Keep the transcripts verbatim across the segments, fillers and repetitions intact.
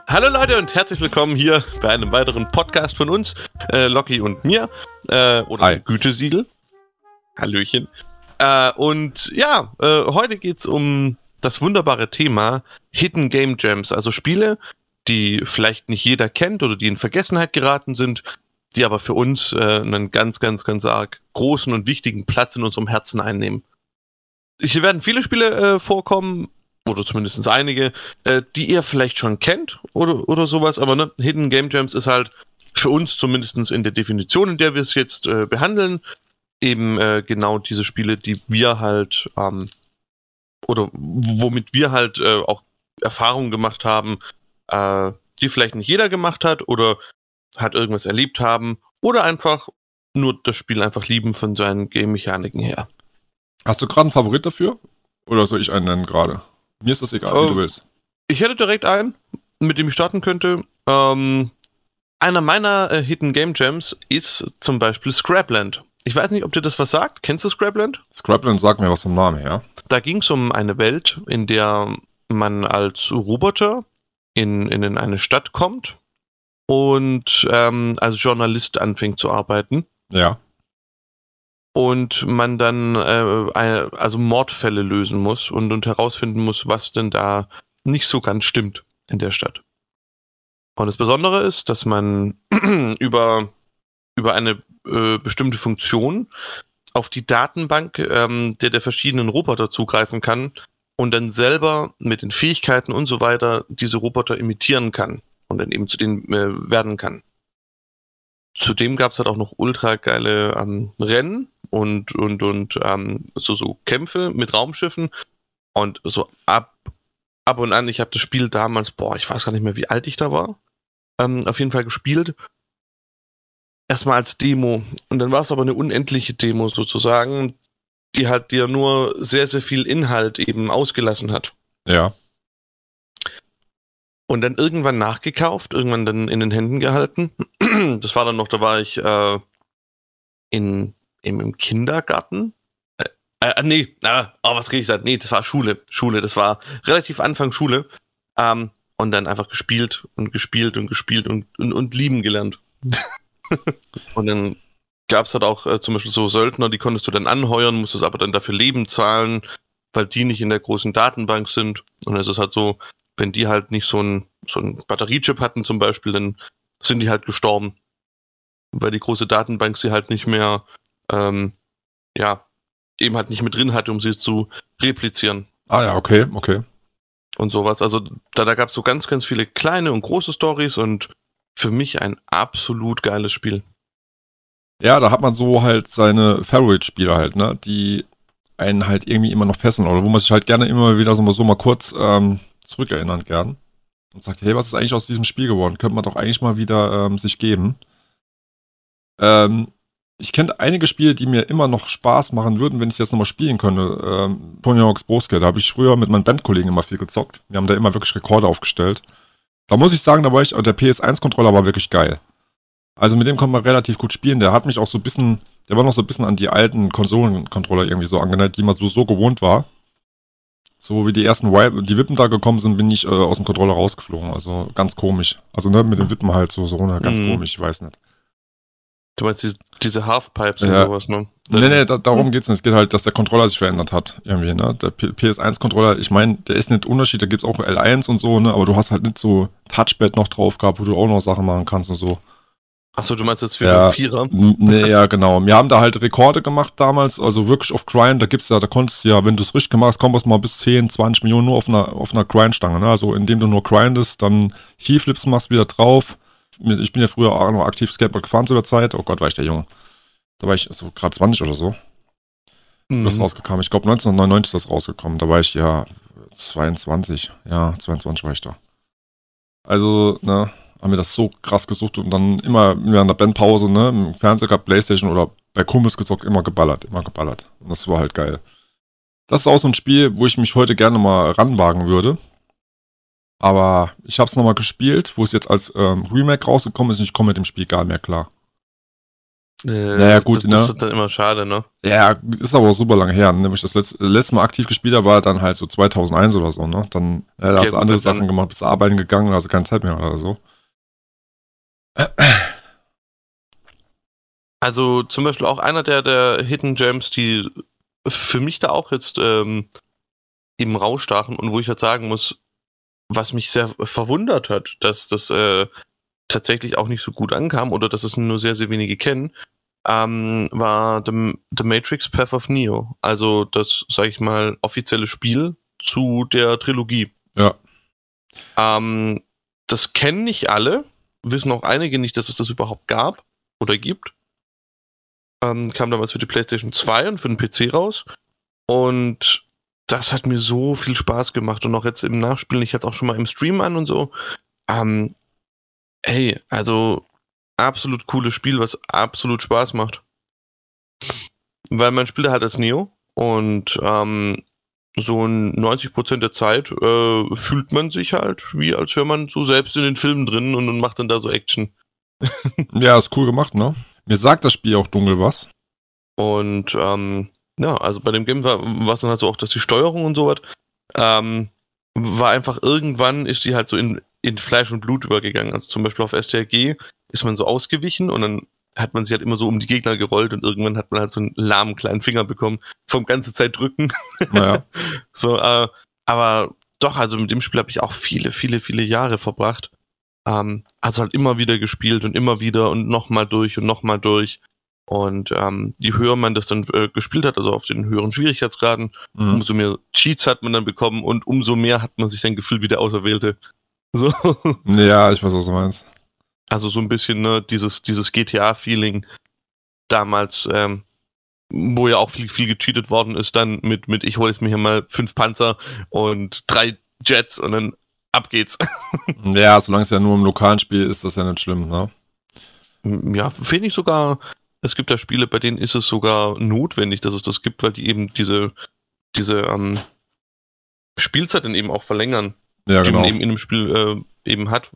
Hallo Leute und herzlich willkommen hier bei einem weiteren Podcast von uns, äh, Locky und mir, äh, oder Hi. Gütesiegel. Hallöchen. Äh, und ja, äh, heute geht's um das wunderbare Thema Hidden Game Gems, also Spiele, die vielleicht nicht jeder kennt oder die in Vergessenheit geraten sind, die aber für uns äh, einen ganz, ganz, ganz arg großen und wichtigen Platz in unserem Herzen einnehmen. Hier werden viele Spiele äh, vorkommen, oder zumindest einige, äh, die ihr vielleicht schon kennt oder, oder sowas, aber ne, Hidden Game Gems ist halt für uns zumindest in der Definition, in der wir es jetzt äh, behandeln, eben äh, genau diese Spiele, die wir halt, ähm, oder womit wir halt äh, auch Erfahrungen gemacht haben, äh, die vielleicht nicht jeder gemacht hat oder hat irgendwas erlebt haben oder einfach nur das Spiel einfach lieben von seinen Game-Mechaniken her. Hast du gerade einen Favorit dafür? Oder soll ich einen nennen gerade? Mir ist das egal, wie Oh. du willst. Ich hätte direkt einen, mit dem ich starten könnte. Ähm, einer meiner äh, Hidden Game Gems ist zum Beispiel Scrapland. Ich weiß nicht, ob dir das was sagt. Kennst du Scrapland? Scrapland sagt mir was vom Namen her. Da ging es um eine Welt, in der man als Roboter in, in eine Stadt kommt und ähm, als Journalist anfängt zu arbeiten. Ja. Und man dann äh, also Mordfälle lösen muss und, und herausfinden muss, was denn da nicht so ganz stimmt in der Stadt. Und das Besondere ist, dass man über, über eine äh, bestimmte Funktion auf die Datenbank ähm, der, der verschiedenen Roboter zugreifen kann und dann selber mit den Fähigkeiten und so weiter diese Roboter imitieren kann und dann eben zu denen äh, werden kann. Zudem gab es halt auch noch ultra geile ähm, Rennen und, und, und ähm, so, so Kämpfe mit Raumschiffen und so ab, ab und an, ich habe das Spiel damals, boah, ich weiß gar nicht mehr, wie alt ich da war, ähm, auf jeden Fall gespielt. Erstmal als Demo und dann war es aber eine unendliche Demo sozusagen, die halt dir nur sehr, sehr viel Inhalt eben ausgelassen hat. Ja. Und dann irgendwann nachgekauft, irgendwann dann in den Händen gehalten. Das war dann noch, da war ich äh, in, im, im Kindergarten. Äh, äh, nee, äh, oh, was krieg ich da? Nee, das war Schule. Schule, das war relativ Anfang Schule. Ähm, und dann einfach gespielt und gespielt und gespielt und, und, und lieben gelernt. Und dann gab es halt auch äh, zum Beispiel so Söldner, die konntest du dann anheuern, musstest aber dann dafür Leben zahlen, weil die nicht in der großen Datenbank sind. Und es ist halt so, wenn die halt nicht so ein, so ein Batteriechip hatten zum Beispiel, dann sind die halt gestorben. Weil die große Datenbank sie halt nicht mehr, ähm, ja, eben halt nicht mit drin hatte, um sie zu replizieren. Ah ja, okay, okay. Und sowas. Also da, da gab es so ganz, ganz viele kleine und große Storys und für mich ein absolut geiles Spiel. Ja, da hat man so halt seine Favorite-Spiele halt, ne, die einen halt irgendwie immer noch fesseln oder wo man sich halt gerne immer wieder so mal, so mal kurz ähm, zurückerinnern gern und sagt, hey, was ist eigentlich aus diesem Spiel geworden? Könnte man doch eigentlich mal wieder ähm, sich geben. Ähm, ich kenne einige Spiele, die mir immer noch Spaß machen würden, wenn ich es jetzt nochmal spielen könnte. Ähm, Tony Hawk's Pro Skater, da habe ich früher mit meinen Bandkollegen immer viel gezockt. Wir haben da immer wirklich Rekorde aufgestellt. Da muss ich sagen, da war ich, der P S eins Controller war wirklich geil. Also mit dem konnte man relativ gut spielen. Der hat mich auch so ein bisschen, der war noch so ein bisschen an die alten Konsolen-Controller irgendwie so angenähert, die man so, so gewohnt war. So wie die ersten Wi- die Wippen da gekommen sind, bin ich äh, aus dem Controller rausgeflogen. Also ganz komisch. Also ne, mit den Wippen halt so, so ne, ganz Mhm. komisch, ich weiß nicht. Du meinst diese, diese Halfpipes Ja. und sowas, ne? Nee, nee, da, darum geht's nicht. Es geht halt, dass der Controller sich verändert hat. Irgendwie, ne? Der P S eins Controller, ich meine, der ist nicht Unterschied, da gibt's auch L eins und so, ne? Aber du hast halt nicht so Touchpad noch drauf gehabt, wo du auch noch Sachen machen kannst und so. Achso, du meinst jetzt wie Ja. ein Vierer? N- Nee, ja, genau. Wir haben da halt Rekorde gemacht damals, also wirklich auf Grind, da gibt's ja, da konntest du ja, wenn du es richtig gemacht hast, kommst du mal bis zehn, zwanzig Millionen nur auf einer, auf einer Grindstange, ne? Also indem du nur grindest, dann Keyflips machst wieder drauf. Ich bin ja früher auch noch aktiv Skateboard gefahren zu der Zeit. Oh Gott, war ich der Junge. Da war ich so gerade zwanzig oder so. Mhm. Das rausgekommen. Ich glaube neunzehnhundertneunundneunzig ist das rausgekommen. Da war ich ja zweiundzwanzig. Ja, zweiundzwanzig war ich da. Also, ne, haben wir das so krass gesucht und dann immer während der Bandpause, ne, im Fernseher gehabt, Playstation oder bei Kumpels gezockt, immer geballert, immer geballert. Und das war halt geil. Das ist auch so ein Spiel, wo ich mich heute gerne mal ranwagen würde. Aber ich habe es nochmal gespielt, wo es jetzt als ähm, Remake rausgekommen ist und ich komme mit dem Spiel gar nicht mehr klar. Äh, Naja, gut, das, ne? das ist dann immer schade, ne? Ja, ist aber auch super lange her. Nämlich das letzte, letzte Mal aktiv gespielt habe, war dann halt so zweitausendeins oder so, ne? Dann äh, da Ja, hast du gut, andere dann- Sachen gemacht, bist arbeiten gegangen, also keine Zeit mehr oder so. Also zum Beispiel auch einer der, der Hidden Gems, die für mich da auch jetzt ähm, eben rausstachen und wo ich halt sagen muss, was mich sehr verwundert hat, dass das äh, tatsächlich auch nicht so gut ankam oder dass es nur sehr, sehr wenige kennen, ähm, war The, The Matrix Path of Neo. Also das, sag ich mal, offizielle Spiel zu der Trilogie. Ja. Ähm, das kennen nicht alle, wissen auch einige nicht, dass es das überhaupt gab oder gibt. Ähm, kam damals für die PlayStation zwei und für den P C raus. Und das hat mir so viel Spaß gemacht. Und auch jetzt im Nachspielen, ich hatte es auch schon mal im Stream an und so. Ähm, hey, also absolut cooles Spiel, was absolut Spaß macht. Weil man spielt halt als Neo und ähm, so neunzig Prozent der Zeit äh, fühlt man sich halt, wie als wäre man so selbst in den Filmen drin und, und macht dann da so Action. Ja, ist cool gemacht, ne? Mir sagt das Spiel auch dunkel was. Und ähm, ja, also bei dem Game war es dann halt so auch, dass die Steuerung und sowas ähm, war einfach irgendwann ist die halt so in, in Fleisch und Blut übergegangen. Also zum Beispiel auf S T R G ist man so ausgewichen und dann hat man sich halt immer so um die Gegner gerollt und irgendwann hat man halt so einen lahmen kleinen Finger bekommen vom ganze Zeit drücken. Naja. So, äh, aber doch, also mit dem Spiel habe ich auch viele, viele, viele Jahre verbracht. Ähm, also halt immer wieder gespielt und immer wieder und nochmal durch und nochmal durch. Und ähm, je höher man das dann äh, gespielt hat, also auf den höheren Schwierigkeitsgraden, Mhm. umso mehr Cheats hat man dann bekommen und umso mehr hat man sich dann gefühlt wie der Auserwählte. So. Ja, ich weiß, was du meinst. Also so ein bisschen ne, dieses, dieses G T A-Feeling damals, ähm, wo ja auch viel, viel gecheatet worden ist, dann mit, mit ich hole jetzt mir hier mal fünf Panzer und drei Jets und dann ab geht's. Ja, solange es ja nur im lokalen Spiel ist, ist das ja nicht schlimm, ne? Ja, finde ich sogar, es gibt da Spiele, bei denen ist es sogar notwendig, dass es das gibt, weil die eben diese, diese ähm, Spielzeit dann eben auch verlängern, Ja, die genau. man eben in einem Spiel äh, eben hat.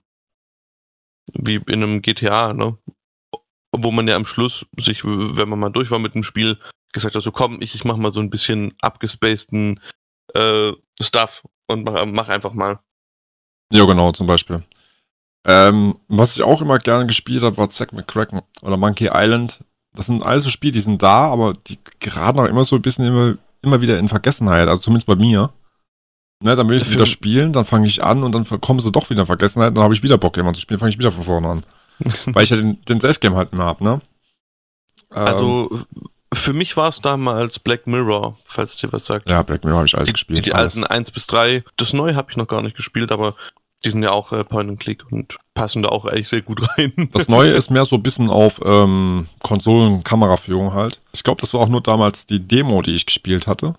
Wie in einem G T A, ne? Wo man ja am Schluss sich, wenn man mal durch war mit dem Spiel, gesagt hat, so komm, ich, ich mach mal so ein bisschen abgespaceden äh, Stuff und mach, mach einfach mal. Ja, genau, zum Beispiel. Ähm, was ich auch immer gerne gespielt habe, war Zack McCracken oder Monkey Island. Das sind alles so Spiele, die sind da, aber die geraten auch immer so ein bisschen immer, immer wieder in Vergessenheit, also zumindest bei mir. Ne, dann will ich sie Für- wieder spielen, dann fange ich an und dann kommen sie doch wieder in Vergessenheit und dann habe ich wieder Bock, jemanden zu spielen, fange ich wieder von vorne an. Weil ich ja den, den Safe-Game halt immer habe, ne? Ähm, Also für mich war es damals Black Mirror, falls es dir was sagt. ja, Black Mirror habe ich alles Die, gespielt. die, die alles. alten eins bis drei. Das neue habe ich noch gar nicht gespielt, aber die sind ja auch äh, Point-and-Click und passen da auch eigentlich sehr gut rein. Das Neue ist mehr so ein bisschen auf ähm, Konsolen-Kameraführung halt. Ich glaube, das war auch nur damals die Demo, die ich gespielt hatte.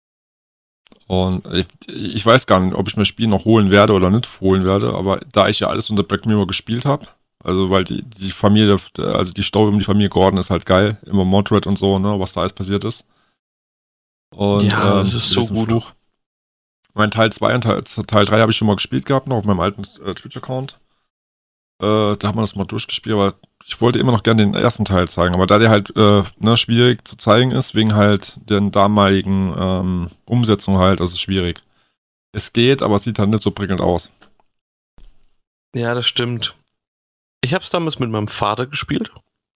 Und ich, ich weiß gar nicht, ob ich mir das Spiel noch holen werde oder nicht holen werde, aber da ich ja alles unter Black Mirror gespielt habe, also weil die, die Familie, also die Story um die Familie Gordon ist halt geil, immer Mordred und so, ne, was da alles passiert ist. Und Ja, ähm, das ist mit so diesem gut. Fluch. Mein Teil zwei und Teil, Teil drei habe ich schon mal gespielt gehabt, noch auf meinem alten äh, Twitch-Account. Äh, da haben wir das mal durchgespielt, aber ich wollte immer noch gerne den ersten Teil zeigen. Aber da der halt äh, ne, schwierig zu zeigen ist, wegen halt der damaligen ähm, Umsetzung halt, das ist schwierig. Es geht, aber es sieht halt nicht so prickelnd aus. Ja, das stimmt. Ich habe es damals mit meinem Vater gespielt.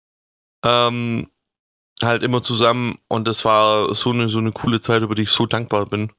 Ähm, halt immer zusammen und das war so eine, so eine coole Zeit, über die ich so dankbar bin.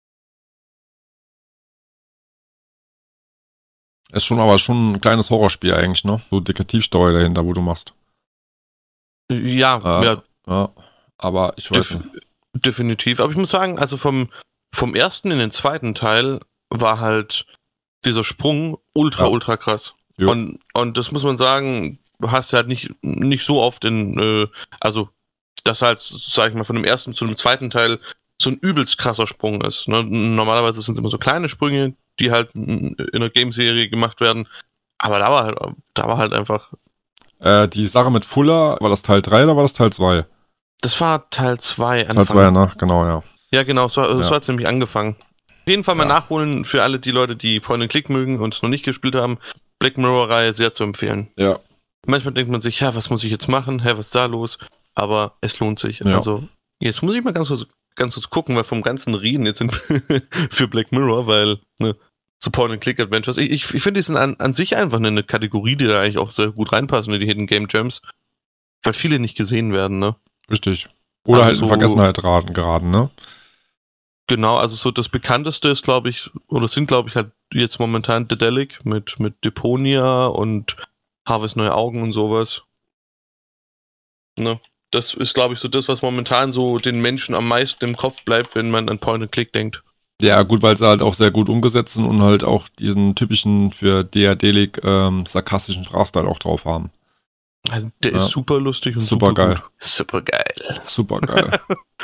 Ist schon aber schon ein kleines Horrorspiel eigentlich, ne? So Detektivstory dahinter, wo du machst. Ja, Äh, ja, ja. Aber ich weiß def- nicht. definitiv. Aber ich muss sagen, also vom, vom ersten in den zweiten Teil war halt dieser Sprung ultra, Ja. ultra krass. Jo. Und, und das muss man sagen, hast du halt nicht, nicht so oft in, äh, also, dass halt, sag ich mal, von dem ersten zu dem zweiten Teil so ein übelst krasser Sprung ist. Ne? Normalerweise sind es immer so kleine Sprünge, die halt in einer Game-Serie gemacht werden. Aber da war halt, da war halt einfach. Äh, die Sache mit Fuller, war das Teil drei oder war das Teil zwei? Das war Teil zwei. Teil zwei, ne? Genau, ja. Ja, genau, so, Ja. so hat es nämlich angefangen. Auf jeden Fall mal Ja. nachholen für alle die Leute, die Point-and-Click mögen und es noch nicht gespielt haben. Black Mirror-Reihe sehr zu empfehlen. Ja. manchmal denkt man sich, ja, was muss ich jetzt machen? Hä, was ist da los? Aber es lohnt sich. Ja. Also, jetzt muss ich mal ganz kurz, ganz kurz gucken, weil vom ganzen Reden jetzt sind für Black Mirror, weil, ne, so Point-and-Click-Adventures, ich, ich, ich finde, die sind an, an sich einfach eine Kategorie, die da eigentlich auch sehr gut reinpassen, in die Hidden Game Gems, weil viele nicht gesehen werden, ne? Richtig. Oder Also halt in so- Vergessenheit geraten, geraten, ne? Genau, also so das bekannteste ist, glaube ich, oder sind, glaube ich, halt jetzt momentan Dedelic mit, mit Deponia und Harvest Neue Augen und sowas. Ne? Das ist, glaube ich, so das, was momentan so den Menschen am meisten im Kopf bleibt, wenn man an Point-and-Click denkt. Ja, gut, weil sie halt auch sehr gut umgesetzt sind und halt auch diesen typischen für Deadelic ähm, sarkastischen Sprachstyle auch drauf haben. Also der Ja. ist super lustig und Super super, geil. gut. Super geil. Super geil.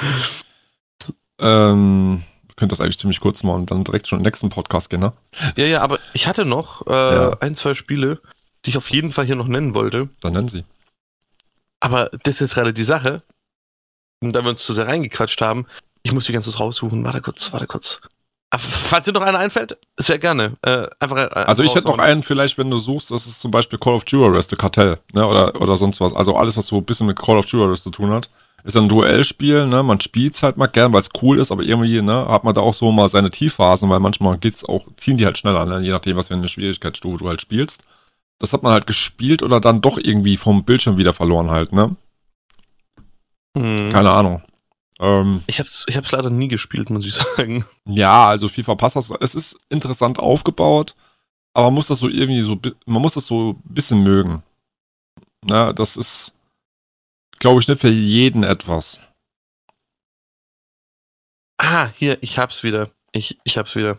ähm, wir können das eigentlich ziemlich kurz machen und dann direkt schon im nächsten Podcast gehen, ne? Ja, ja, aber ich hatte noch äh, Ja. ein, zwei Spiele, die ich auf jeden Fall hier noch nennen wollte. Dann nennen sie. Aber das ist jetzt gerade die Sache. Und da wir uns zu sehr reingequatscht haben, ich muss die ganz kurz raussuchen. Warte kurz, warte kurz. Aber falls dir noch einer einfällt, sehr gerne. Äh, einfach, äh, Also ich hätte noch raushauen. einen, vielleicht, wenn du suchst, das ist zum Beispiel Call of Duty The Cartel, ne, oder, oder sonst was. Also alles, was so ein bisschen mit Call of Duty zu tun hat. Ist ein Duellspiel, ne, man spielt es halt mal gern, weil es cool ist, aber irgendwie, ne, hat man da auch so mal seine Tiefphasen, weil manchmal geht's auch, ziehen die halt schneller, ne, je nachdem, was für eine Schwierigkeitsstufe du halt spielst. Das hat man halt gespielt oder dann doch irgendwie vom Bildschirm wieder verloren halt, ne. Hm. Keine Ahnung. Ähm, Ich hab's, ich hab's leider nie gespielt, muss ich sagen. ja, also FIFA passt das. Es ist interessant aufgebaut, aber man muss das so irgendwie so, bi- man muss das so ein bisschen mögen. Na, das ist, glaube ich, nicht für jeden etwas. Ah, hier, ich hab's wieder. Ich, ich hab's wieder.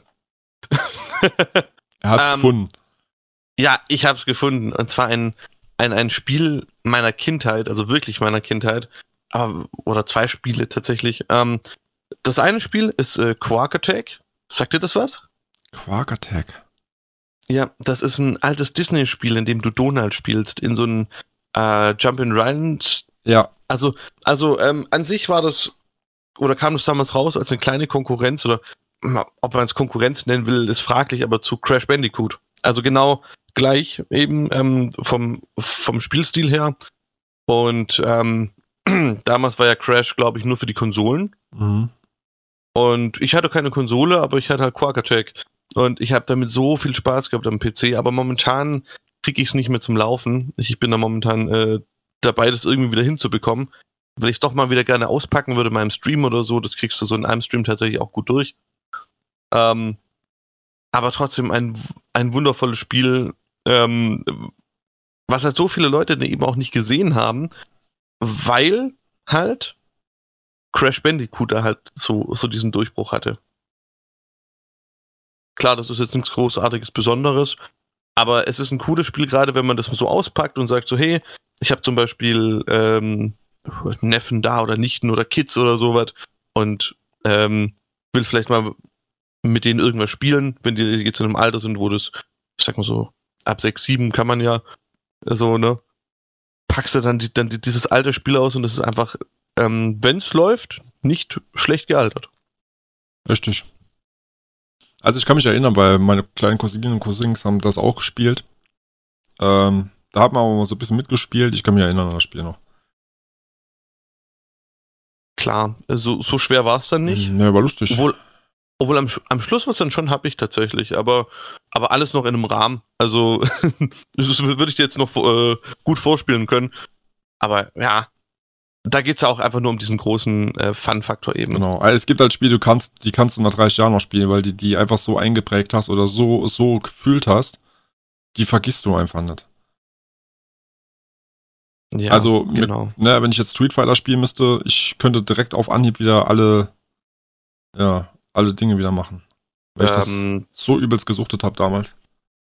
Er hat's Ähm, gefunden. Ja, ich hab's gefunden. Und zwar ein, ein, ein Spiel meiner Kindheit, also wirklich meiner Kindheit. Aber, oder zwei Spiele tatsächlich. Ähm, das eine Spiel ist äh, Quark Attack. Sagt dir das was? Quark Attack. Ja, das ist ein altes Disney-Spiel, in dem du Donald spielst, in so einem äh, Jump-and-Run. Ja, Also, also ähm, an sich war das, oder kam das damals raus als eine kleine Konkurrenz, oder ma, ob man es Konkurrenz nennen will, ist fraglich, aber zu Crash Bandicoot. Also genau gleich eben ähm, vom, vom Spielstil her. Und ähm, damals war ja Crash, glaube ich, nur für die Konsolen. mhm. Und ich hatte keine Konsole, aber ich hatte halt Quark Attack. Und ich habe damit so viel Spaß gehabt am P C, aber momentan kriege ich es nicht mehr zum Laufen. Ich bin da momentan äh, dabei, das irgendwie wieder hinzubekommen. Weil ich doch mal wieder gerne auspacken würde in meinem Stream oder so. Das kriegst du so in einem Stream tatsächlich auch gut durch. Ähm, aber trotzdem ein, ein wundervolles Spiel, ähm, was halt so viele Leute eben auch nicht gesehen haben, weil halt Crash Bandicoot da halt so, so diesen Durchbruch hatte. Klar, das ist jetzt nichts Großartiges, Besonderes, aber es ist ein cooles Spiel, gerade wenn man das so auspackt und sagt so, hey, ich habe zum Beispiel ähm, Neffen da oder Nichten oder Kids oder sowas und ähm, will vielleicht mal mit denen irgendwas spielen, wenn die jetzt in einem Alter sind, wo das, ich sag mal so, ab sechs, sieben kann man ja so, ne, packst du dann, die, dann die, dieses alte Spiel aus und das ist einfach, ähm, wenn es läuft, nicht schlecht gealtert. Richtig. Also ich kann mich erinnern, weil meine kleinen Cousinen und Cousins haben das auch gespielt. Ähm, da hat man aber mal so ein bisschen mitgespielt. Ich kann mich erinnern an das Spiel noch. Klar, so, so schwer war es dann nicht. Ja, war lustig. Obwohl, obwohl am, Sch- am Schluss war es dann schon happig tatsächlich, aber, aber alles noch in einem Rahmen. Also, das würde ich dir jetzt noch äh, gut vorspielen können. Aber ja, da geht es ja auch einfach nur um diesen großen äh, Fun-Faktor eben. Genau. Also es gibt halt Spiele, du kannst, die kannst du nach dreißig Jahren noch spielen, weil die die einfach so eingeprägt hast oder so, so gefühlt hast, die vergisst du einfach nicht. Ja, also, mit, genau. ne, wenn ich jetzt Street Fighter spielen müsste, ich könnte direkt auf Anhieb wieder alle, ja, alle Dinge wieder machen. Weil ich Ähm, das so übelst gesuchtet habe damals.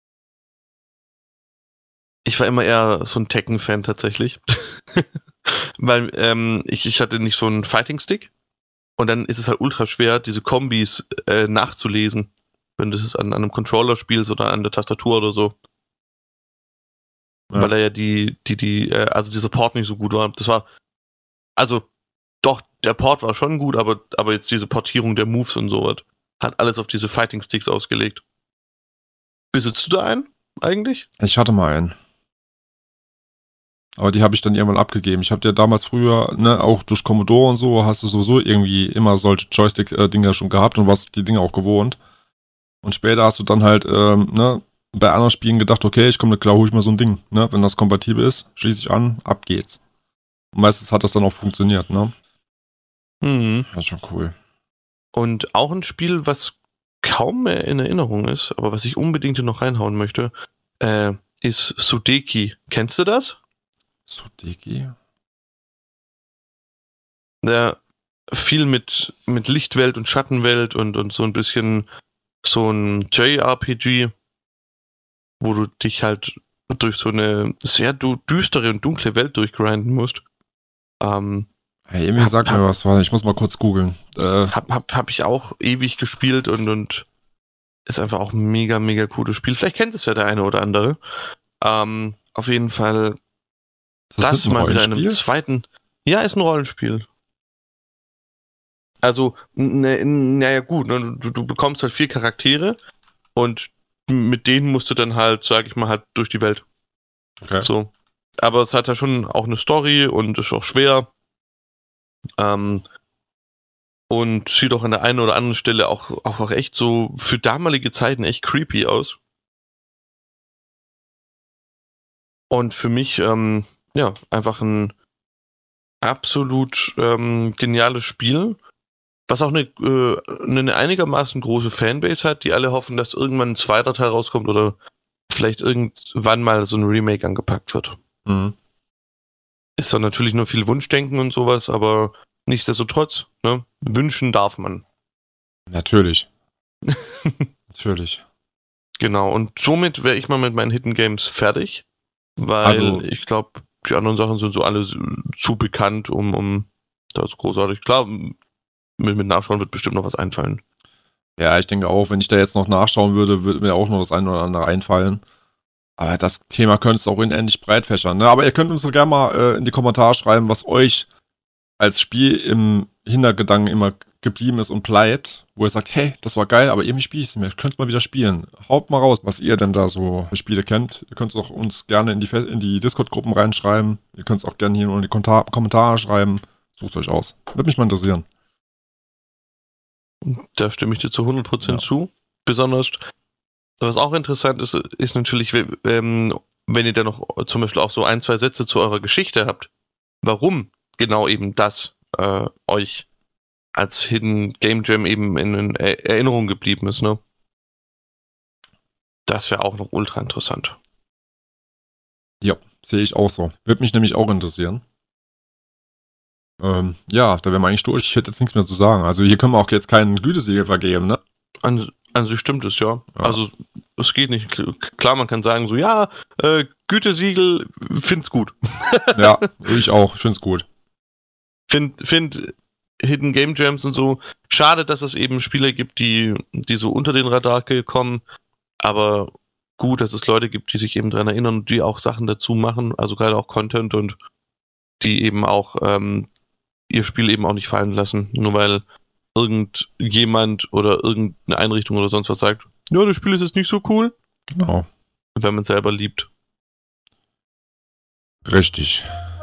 Ich war immer eher so ein Tekken-Fan tatsächlich. Weil ähm, ich, ich hatte nicht so einen Fighting-Stick. Und dann ist es halt ultra schwer, diese Kombis äh, nachzulesen, wenn du es an, an einem Controller spielst oder an der Tastatur oder so. Ja. Weil da ja die, die, die, äh, also dieser Port nicht so gut war. Das war, also, doch, der Port war schon gut, aber, aber jetzt diese Portierung der Moves und sowas hat alles auf diese Fighting-Sticks ausgelegt. Besitzt du da einen eigentlich? Ich hatte mal einen. Aber die habe ich dann irgendwann abgegeben. Ich habe dir damals früher, ne, auch durch Commodore und so, hast du sowieso irgendwie immer solche Joystick-Dinger schon gehabt und warst die Dinger auch gewohnt. Und später hast du dann halt, ähm, ne, bei anderen Spielen gedacht, okay, ich komme, klar, hole ich mal so ein Ding, ne, wenn das kompatibel ist, schließe ich an, ab geht's. Und meistens hat das dann auch funktioniert, ne. Mhm. Das ist schon cool. Und auch ein Spiel, was kaum mehr in Erinnerung ist, aber was ich unbedingt hier noch reinhauen möchte, äh, ist Sudeki. Kennst du das? Sudeki? Ja, viel mit, mit Lichtwelt und Schattenwelt und, und so ein bisschen so ein J R P G, wo du dich halt durch so eine sehr du düstere und dunkle Welt durchgrinden musst. Ähm, Hey, irgendwie hab, sagt hab, mir was, warte, ich muss mal kurz googeln. Äh, hab, hab, hab ich auch ewig gespielt und, und ist einfach auch ein mega, mega cooles Spiel. Vielleicht kennt es ja der eine oder andere. Ähm, auf jeden Fall das, das ist ein mal wieder in einem Rollenspiel? zweiten. Ja, ist ein Rollenspiel. Also, naja, ne, gut, ne, du, du bekommst halt vier Charaktere und mit denen musst du dann halt, sag ich mal, halt durch die Welt. Okay. So. Aber es hat ja schon auch eine Story und ist auch schwer. Ähm, und sieht auch an der einen oder anderen Stelle auch, auch, auch echt so für damalige Zeiten echt creepy aus. Und für mich, ähm, ja, einfach ein absolut ähm, geniales Spiel, was auch eine, äh, eine einigermaßen große Fanbase hat, die alle hoffen, dass irgendwann ein zweiter Teil rauskommt oder vielleicht irgendwann mal so ein Remake angepackt wird. Mhm. Ist dann natürlich nur viel Wunschdenken und sowas, aber nichtsdestotrotz, ne, wünschen darf man. Natürlich. Natürlich. Genau, und somit wäre ich mal mit meinen Hidden Games fertig, weil Also- ich glaube, die anderen Sachen sind so alle zu bekannt, um, um das großartig. Klar, mit, mit Nachschauen wird bestimmt noch was einfallen. Ja, ich denke auch, wenn ich da jetzt noch nachschauen würde, würde mir auch noch das eine oder andere einfallen. Aber das Thema könntest du auch unendlich breit fächern. Ne? Aber ihr könnt uns so gerne mal äh, in die Kommentare schreiben, was euch als Spiel im Hintergedanken immer geblieben ist und bleibt, wo ihr sagt, hey, das war geil, aber irgendwie spiele ich es nicht mehr. Ich könnte es mal wieder spielen. Haut mal raus, was ihr denn da so für Spiele kennt. Ihr könnt es auch uns gerne in die, Fe- in die Discord-Gruppen reinschreiben. Ihr könnt es auch gerne hier in die Konta- Kommentare schreiben. Sucht euch aus. Würde mich mal interessieren. Da stimme ich dir zu hundert Prozent Ja. zu. Besonders, was auch interessant ist, ist natürlich, ähm, wenn ihr da noch zum Beispiel auch so ein, zwei Sätze zu eurer Geschichte habt, warum genau eben das äh, euch als Hidden Game Jam eben in, in Erinnerung geblieben ist, ne? Das wäre auch noch ultra interessant. Ja, sehe ich auch so. Würde mich nämlich auch interessieren. Ähm, ja, da wären wir eigentlich durch. Ich hätte jetzt nichts mehr zu sagen. Also hier können wir auch jetzt keinen Gütesiegel vergeben, ne? An, an sich stimmt es, ja. Ja. Also es geht nicht. Klar, man kann sagen so, ja, äh, Gütesiegel, find's gut. Ja, ich auch. Ich find's gut. Find, find Hidden Game Jams und so. Schade, dass es eben Spiele gibt, die, die so unter den Radar kommen. Aber gut, dass es Leute gibt, die sich eben daran erinnern und die auch Sachen dazu machen. Also gerade auch Content und die eben auch ähm, ihr Spiel eben auch nicht fallen lassen. Nur weil irgendjemand oder irgendeine Einrichtung oder sonst was sagt, ja, das Spiel ist jetzt nicht so cool. Genau. Wenn man es selber liebt. Richtig.